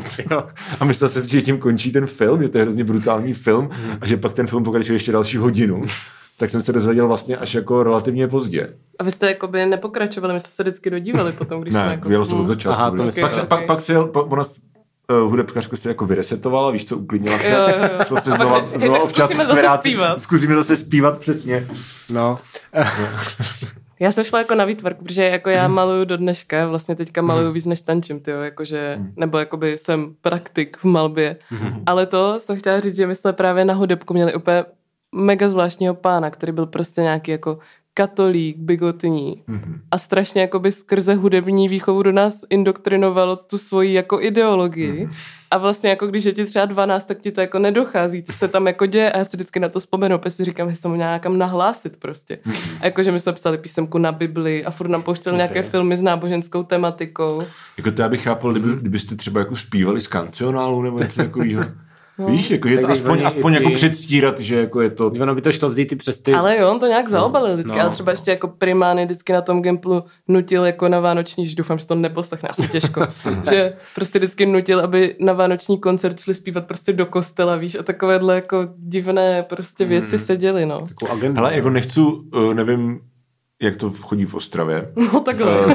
A myslel jsem si, že tím končí ten film, že to je hrozně brutální film mm. a že pak ten film pokračuje ještě další hodinu. Tak jsem se dozvěděl vlastně až jako relativně pozdě. A vy jste jakoby nepokračovali, my jste se vždycky dodívali potom, když ne, jsme jako... Ne, jsem od začátku. Aha, to pak, okay. se, pak, pak se, ona uh, hudebkařka se jako vyresetovala, víš co, uklidnila se. Jo, jo, jo. Se znova, znova zkusíme zase zpívat. Zkusíme zase zpívat, přesně. No. Já jsem šla jako na výtvarku, protože jako já maluju do dneška, vlastně teďka maluju víc než tančím, tyjo, jakože, nebo jakoby jsem praktik v malbě. Ale to jsem chtěla říct, že my jsme právě na hudebku měli úplně mega zvláštního pána, který byl prostě nějaký jako katolík, bigotní mm-hmm. a strašně jakoby skrze hudební výchovu do nás indoktrinovalo tu svoji jako ideologii mm-hmm. a vlastně jako když je ti třeba dvanáct, tak ti to jako nedochází, co se tam jako děje a já si vždycky na to vzpomenu, protože si říkám, že jsem měla někam nahlásit prostě. Mm-hmm. A jakože my jsme psali písemku na Bibli a furt nám pouštěli okay. nějaké filmy s náboženskou tematikou. Jako to já bych chápal, kdyby, kdybyste třeba jako zpívali z kancionálu nebo něco takového. No. Víš, jako je to aspoň, aspoň jako předstírat, že jako je to... Ono by to šlo vzít i přes ty... Ale jo, on to nějak zaobalil vždycky, no, ale třeba no. ještě jako primány vždycky na tom Gimplu nutil jako na vánoční, že doufám, že to neposlechne asi těžko, že prostě vždycky nutil, aby na vánoční koncert šli zpívat prostě do kostela, víš, a takovéhle jako divné prostě věci hmm. se děly, no. Hele, jako nechci, nevím, jak to chodí v Ostravě. No takhle. Uh,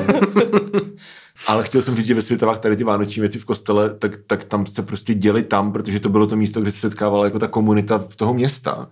ale chtěl jsem říct, že ve Světavách tady ty vánoční věci v kostele, tak, tak tam se prostě děli tam, protože to bylo to místo, kde se setkávala jako ta komunita toho města.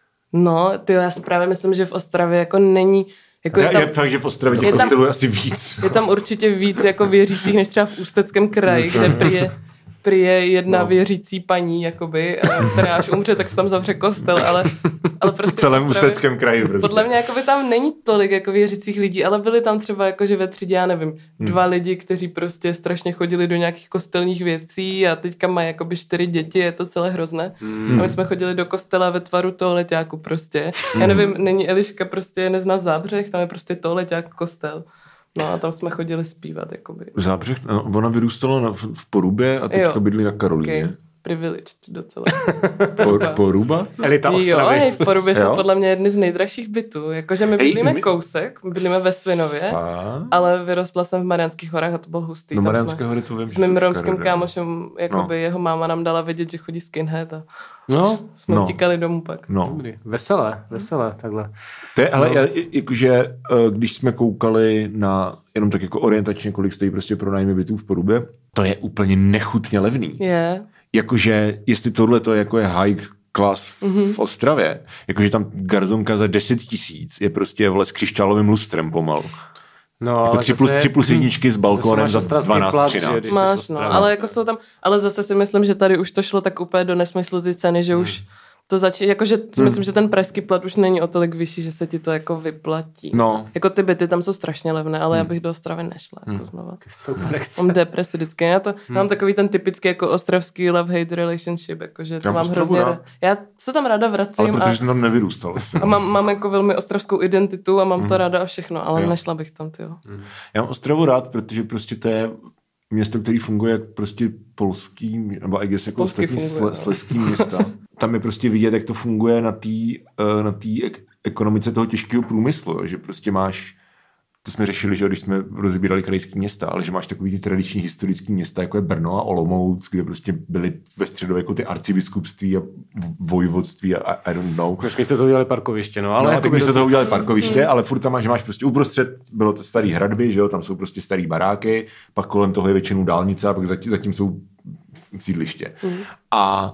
No, tyjo, já si právě myslím, že v Ostravě jako není... Jako je, tam, je fakt, že v Ostravě těch kostelů je asi víc. Je tam určitě víc jako věřících, než třeba v Ústeckém kraji, kde prý je, prý je jedna no. věřící paní, jakoby, která až umře, tak se tam zavře kostel, ale, ale prostě... V celém Ústeckém kraji prostě. Podle mě jakoby tam není tolik jako věřících lidí, ale byli tam třeba jakože ve třídě, já nevím, dva hmm. lidi, kteří prostě strašně chodili do nějakých kostelních věcí a teďka mají jakoby čtyři děti, je to celé hrozné. Hmm. A my jsme chodili do kostela ve tvaru toaleťáku prostě. Hmm. Já nevím, není Eliška prostě nezná Zábřeh, tam je prostě toaleťák kostel. No a tam jsme chodili zpívat, jakoby. Zábřeh? No, ona vyrůstala na, v Porubě a teďka bydlí na Karolíně. Okay. Privileged docela. Por, Poruba? Elita Ostravy. Jo, hej, v Porubě jsou podle mě jedny z nejdražších bytů. Jakože my bydlíme my... kousek, bydlíme ve Svinově, a? ale vyrostla jsem v Mariánských horách a to bylo hustý. No Mariánské hory to vím. S mým romským kámošem, jakoby no. jeho máma nám dala vědět, že chodí skinhead a no. jsme no. utíkali domů pak. No. Dobrý. Veselé, veselé, takhle. To je, ale no. jakože, když jsme koukali na jenom tak jako orientačně, kolik stojí prostě pro nájmy bytů v Porubě, to je úplně nechutně levný. Je. Yeah. Jakože, jestli tohle to jako je high class v, mm-hmm. v Ostravě, jakože tam garzonka za deset tisíc je prostě vle s křišťálovým lustrem pomalu. No, jako tři plus, tři plus jedničky s balkónem za dvanáct třináct. Máš, no, ale jako jsou tam, ale zase si myslím, že tady už to šlo tak úplně do nesmyslu ty ceny, že hmm. už to začí, jakože hmm. myslím, že ten pražský plat už není o tolik vyšší, že se ti to jako vyplatí. No. Jako ty byty tam jsou strašně levné, ale hmm. já bych do Ostravy nešla, jako hmm. znova. Mám depresi vždycky. Já to hmm. mám takový ten typický jako ostravský love-hate relationship, jakože to já mám hrozně rád. Já se tam ráda vracím. Ale protože a, jsem tam nevyrůstal. A mám, mám jako velmi ostravskou identitu a mám hmm. to ráda a všechno, ale jo. nešla bych tam, tyjo. Hmm. Já mám Ostravu rád, protože prostě to je město, který funguje jak prostě polský, nebo I guess jako ostatní sle, slezský města. Tam je prostě vidět, jak to funguje na té na té ekonomice toho těžkého průmyslu, že prostě máš, to jsme řešili, že když jsme rozebírali krajský města, ale že máš takový ty tradiční historický města, jako je Brno a Olomouc, kde prostě byly ve středověku ty arcibiskupství a vojvodství a I don't know. My jsme to udělali parkoviště, no. Ale no, tak my jsme to udělali parkoviště, ale furt tam máš, že máš prostě uprostřed, bylo to starý hradby, že jo, tam jsou prostě starý baráky, pak kolem toho je většinou dálnice a pak zatím, zatím jsou sídliště. Mm. A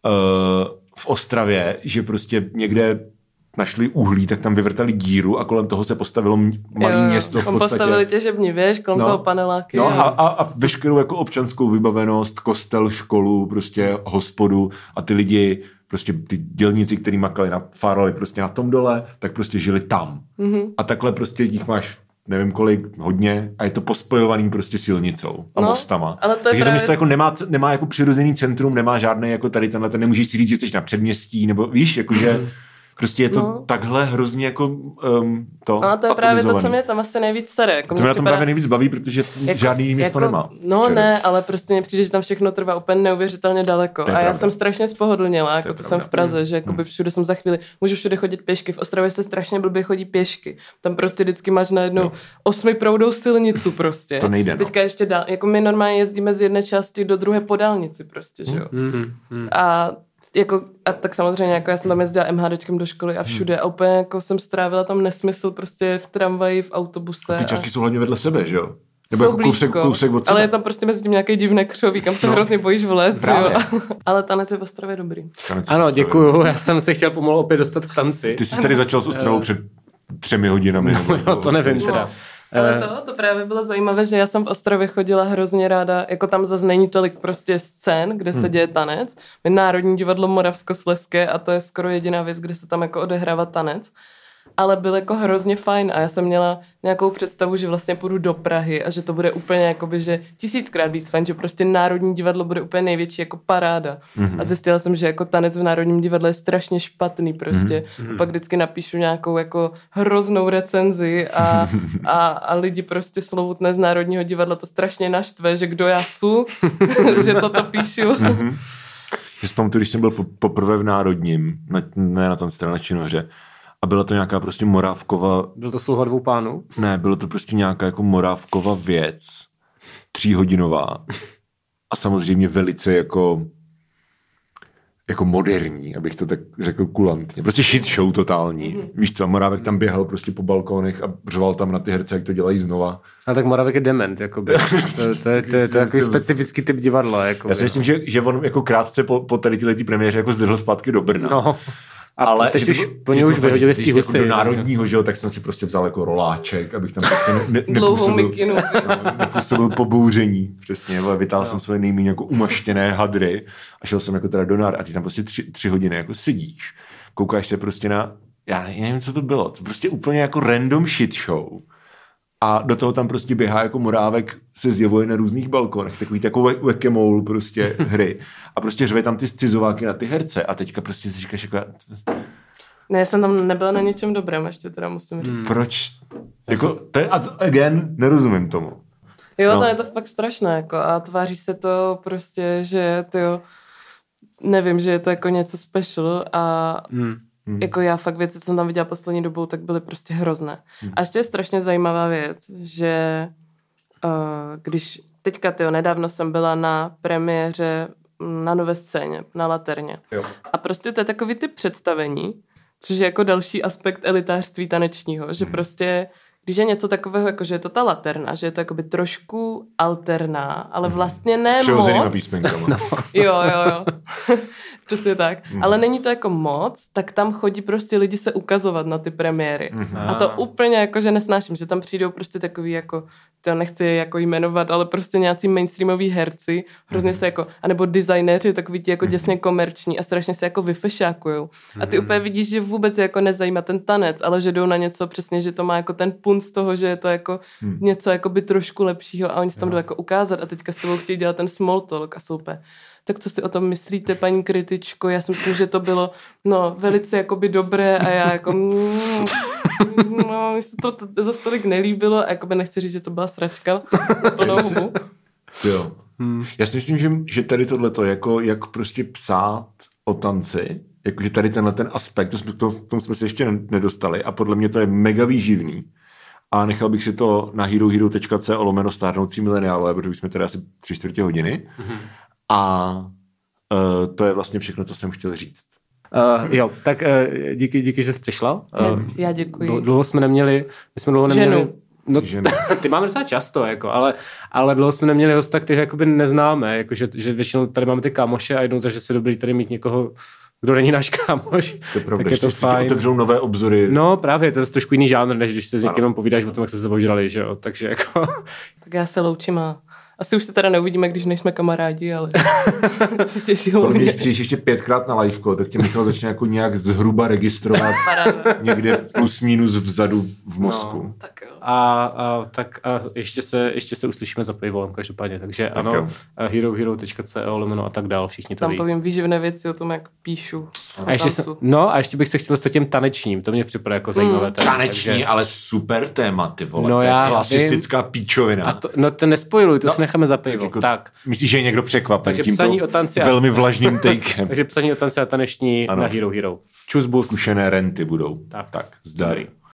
uh, v Ostravě, že prostě někde našli uhlí, tak tam vyvrtali díru a kolem toho se postavilo malé jo, město v podstatě. Postavili těžební věž, kolem no, toho paneláky. No a, a, a veškerou jako občanskou vybavenost, kostel, školu, prostě hospodu a ty lidi, prostě ty dělníci, kteří makali, na, fárali prostě na tom dole, tak prostě žili tam. Mm-hmm. A takhle prostě jich máš nevím kolik, hodně a je to pospojovaný prostě silnicou a no, mostama. Ale to Takže to město jako nemá, nemá jako přirozený centrum, nemá žádný jako tady tenhle, ten nemůžeš si říct, že jsi na předměstí, nebo víš, jakože prostě je to no. takhle hrozně jako um, to no, to je právě to, co mě tam asi nejvíc sere. Jako to mě na tom právě nejvíc baví, protože jak, žádný město jako, nemá. No včera. Ne, ale prostě mně přijde, že tam všechno trvá úplně neuvěřitelně daleko. A pravda. Já jsem strašně spohodlněla, jako to, to jsem v Praze, že jakoby všude jsem za chvíli, můžu všude chodit pěšky. V Ostravě se strašně blbě chodí pěšky. Tam prostě vždycky máš najednou no. osmiproudou silnicu prostě. To nejde. No. Teďka ještě dál, jako my normálně jezdíme z jedné části do druhé po dálnici prostě, že jo. Mm, mm. A jako, a tak samozřejmě, jako já jsem tam jezdila MHDčkem do školy a všude hmm. a úplně jako jsem strávila tam nesmysl prostě v tramvaji, v autobuse. A ty částky a... jsou hlavně vedle sebe, že jo? Nebo jsou jako kousek, kousek od sebe. Ale je tam prostě mezi tím nějaký divné křoví, kam se no. hrozně bojíš vlézt, že jo? Ale tanec je v Ostravě dobrý. Tanec ano, děkuju, já jsem se chtěl pomalu opět dostat k tanci. Ty jsi tady začal s Ostravou před třemi hodinami. No, jo, to nevím teda. No. Ale to, to právě bylo zajímavé, že já jsem v Ostrově chodila hrozně ráda, jako tam zase není tolik prostě scén, kde se hmm. děje tanec. My Národní divadlo Moravskoslezské a to je skoro jediná věc, kde se tam jako odehrává tanec. Ale byl jako hrozně fajn a já jsem měla nějakou představu, že vlastně půjdu do Prahy a že to bude úplně jakoby, že tisíckrát víc fajn, že prostě Národní divadlo bude úplně největší jako paráda. Mm-hmm. A zjistila jsem, že jako tanec v Národním divadle je strašně špatný prostě. Mm-hmm. A pak vždycky napíšu nějakou jako hroznou recenzi a, a, a lidi prostě slovutné z Národního divadla to strašně naštve, že kdo já jsou, že toto píšu. Mm-hmm. Já si pamatuju, když jsem byl poprvé v Národním, ne, ne na tanci, na činohře, a byla to nějaká prostě Morávkova... Byl to Sluha dvou pánů? Ne, bylo to prostě nějaká jako Morávkova věc, tříhodinová a samozřejmě velice jako jako moderní, abych to tak řekl kulantně. Prostě shit show totální. Mm-hmm. Víš co, Morávek tam běhal prostě po balkónech a řval tam na ty herce, jak to dělají znova. Ale tak Morávek je dement, jakoby. to, to, to, je, to je takový specifický typ divadla. Jakoby. Já si myslím, že, že on jako krátce po, po tady tyhle premiéře jako zdrhl zpátky do Brna. No. A ale teď už po něj už vyhodili z té husy. Jako do národního, že jo, tak jsem si prostě vzal jako roláček, abych tam prostě ne, ne, nepůsobil, no, nepůsobil pobouření. Přesně, vytáhl no. jsem svoje nejméně jako umaštěné hadry a šel jsem jako teda do nád a ty tam prostě tři, tři hodiny jako sedíš. Koukáš se prostě na, já nevím, co to bylo, to prostě úplně jako random shit show. A do toho tam prostě běhá jako Morávek, se zjevuje na různých balkonech, takový jako whack-a-mole prostě hry. A prostě řve tam ty scizováky na ty herce. A teďka prostě si říkáš jako... Ne, já jsem tam nebyla na něčem dobrém, ještě teda musím říct. Hmm. Proč? Jako, to je, again, nerozumím tomu. Jo, no. To je to fakt strašné, jako, a tváří se to prostě, že to jo, nevím, že je to jako něco special a... Hmm. Hmm. Jako já fakt věci, co jsem tam viděla poslední dobou, tak byly prostě hrozné. Hmm. A ještě je strašně zajímavá věc, že uh, když teďka, tyjo, nedávno jsem byla na premiéře na Nové scéně, na Laterně. Jo. A prostě to je takový typ představení, což je jako další aspekt elitářství tanečního, že hmm. prostě když je něco takového, jako že je to ta Laterna, že je to jakoby trošku alterná, ale vlastně ne moc. písmenkama. Jo, jo, jo. Přesně tak. Mm. Ale není to jako moc, tak tam chodí prostě lidi se ukazovat na ty premiéry. Mm. A to úplně jako, že nesnáším, že tam přijdou prostě takový jako, to nechci jako jmenovat, ale prostě nějací mainstreamoví herci, hrozně mm. se jako, anebo designéři, takový ti jako děsně komerční a strašně se jako vyfešákujou. A ty mm. úplně vidíš, že vůbec je jako nezajímá ten tanec, ale že jdou na něco přesně, že to má jako ten punt z toho, že je to jako mm. něco jako by trošku lepšího a oni se tam jdou jako ukázat a teďka s tebou chtějí dělat ten small talk a jsou úplně. Tak co si o tom myslíte, paní kritičko? Já si myslím, že to bylo no, velice jakoby dobré a já jako mm, no, mi se to za stolik nelíbilo a jakoby nechci říct, že to byla sračka plnou hubu. Jo. Hmm. Já si myslím, že, že tady tohleto, jako jak prostě psát o tanci, jakože tady tenhle ten aspekt, to jsme, to, v tom jsme se ještě nedostali a podle mě to je mega výživný. A nechal bych si to na herohero.co lomeno stárnoucí mileniálové, protože už jsme tady asi tři čtvrtě hodiny. Mm-hmm. A uh, to je vlastně všechno, co jsem chtěl říct. Uh, jo, tak uh, díky, díky, že jsi přišla. Uh, Já děkuji. Dlouho jsme neměli, my jsme dlouho neměli... Ženu. No, ty máme docela často, jako, ale, ale dlouho jsme neměli hosta, který jakoby neznáme, jako, že, že většinou tady máme ty kámoše a jednou za, že si dobrý tady mít někoho, kdo není náš kámoš, to je pravda, tak je to fajn. Otevřou nové obzory. No právě, to je trošku jiný žánr, než když se s někým povídáš o tom, jak se se ožrali, že jo, takže jako... Tak já se loučím a asi už se teda neuvidíme, když nejsme kamarádi, ale se těším. Když přijdeš ještě pětkrát na liveko, tak tě Michal začne jako nějak zhruba registrovat někde plus minus vzadu v mozku. No, tak jo. A, a, tak a ještě, se, ještě se uslyšíme za pivolem každopádně, takže tak ano, herohero.co lomeno a tak dál, všichni to tam ví. Tam povím výživné věci o tom, jak píšu. A ještě se, no a ještě bych se chtěl stát těm tanečním, to mě připadá jako zajímavé. Mm. Taneční, takže... ale super téma, ty vole, no to je klasistická vím. Píčovina. A to, no to nespojiluj, to no, si necháme za pivo. Jako, tak. Myslíš, že je někdo překvapen tímto a... velmi vlažným takem. Takže psaní o tanci a taneční ano. Na Hero Hero. Čus bus. Zkušené renty budou. Tak, tak zdar.